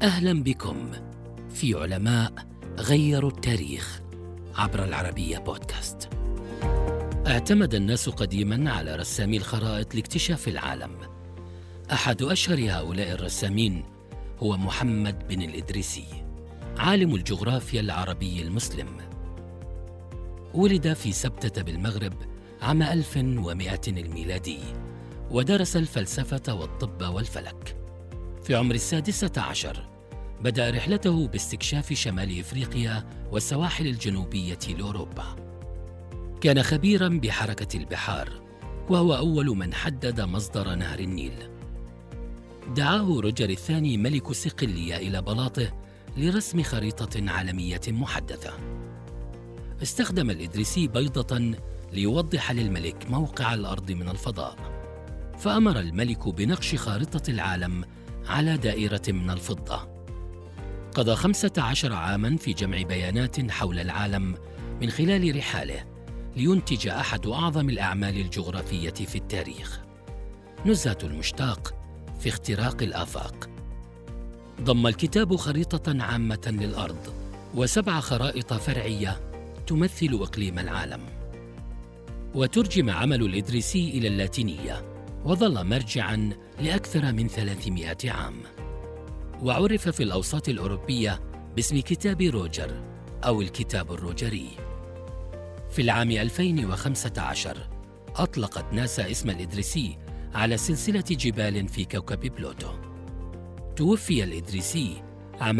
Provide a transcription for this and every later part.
أهلا بكم في علماء غيروا التاريخ عبر العربية بودكاست. اعتمد الناس قديما على رسامي الخرائط لاكتشاف العالم. أحد أشهر هؤلاء الرسامين هو محمد بن الإدريسي، عالم الجغرافيا العربي المسلم. ولد في سبتة بالمغرب عام 1100 الميلادي، ودرس الفلسفة والطب والفلك. في عمر 16 بدأ رحلته باستكشاف شمال إفريقيا والسواحل الجنوبية لأوروبا. كان خبيراً بحركة البحار، وهو أول من حدد مصدر نهر النيل. دعاه روجر الثاني ملك صقلية إلى بلاطه لرسم خريطة عالمية محدثة. استخدم الإدريسي بيضة ليوضح للملك موقع الأرض من الفضاء، فأمر الملك بنقش خارطة العالم على دائرة من الفضة. قضى 15 عاماً في جمع بيانات حول العالم من خلال رحاله، لينتج أحد أعظم الأعمال الجغرافية في التاريخ، نزهة المشتاق في اختراق الآفاق. ضم الكتاب خريطة عامة للأرض و7 خرائط فرعية تمثل إقليم العالم. وترجم عمل الإدريسي إلى اللاتينية، وظل مرجعاً لأكثر من 300 عام. وعرف في الأوساط الأوروبية باسم كتاب روجر أو الكتاب الروجري. في العام 2015 أطلقت ناسا اسم الإدريسي على سلسلة جبال في كوكب بلوتو. توفي الإدريسي عام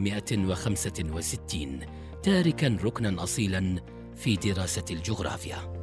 1165 تاركاً ركناً أصيلاً في دراسة الجغرافيا.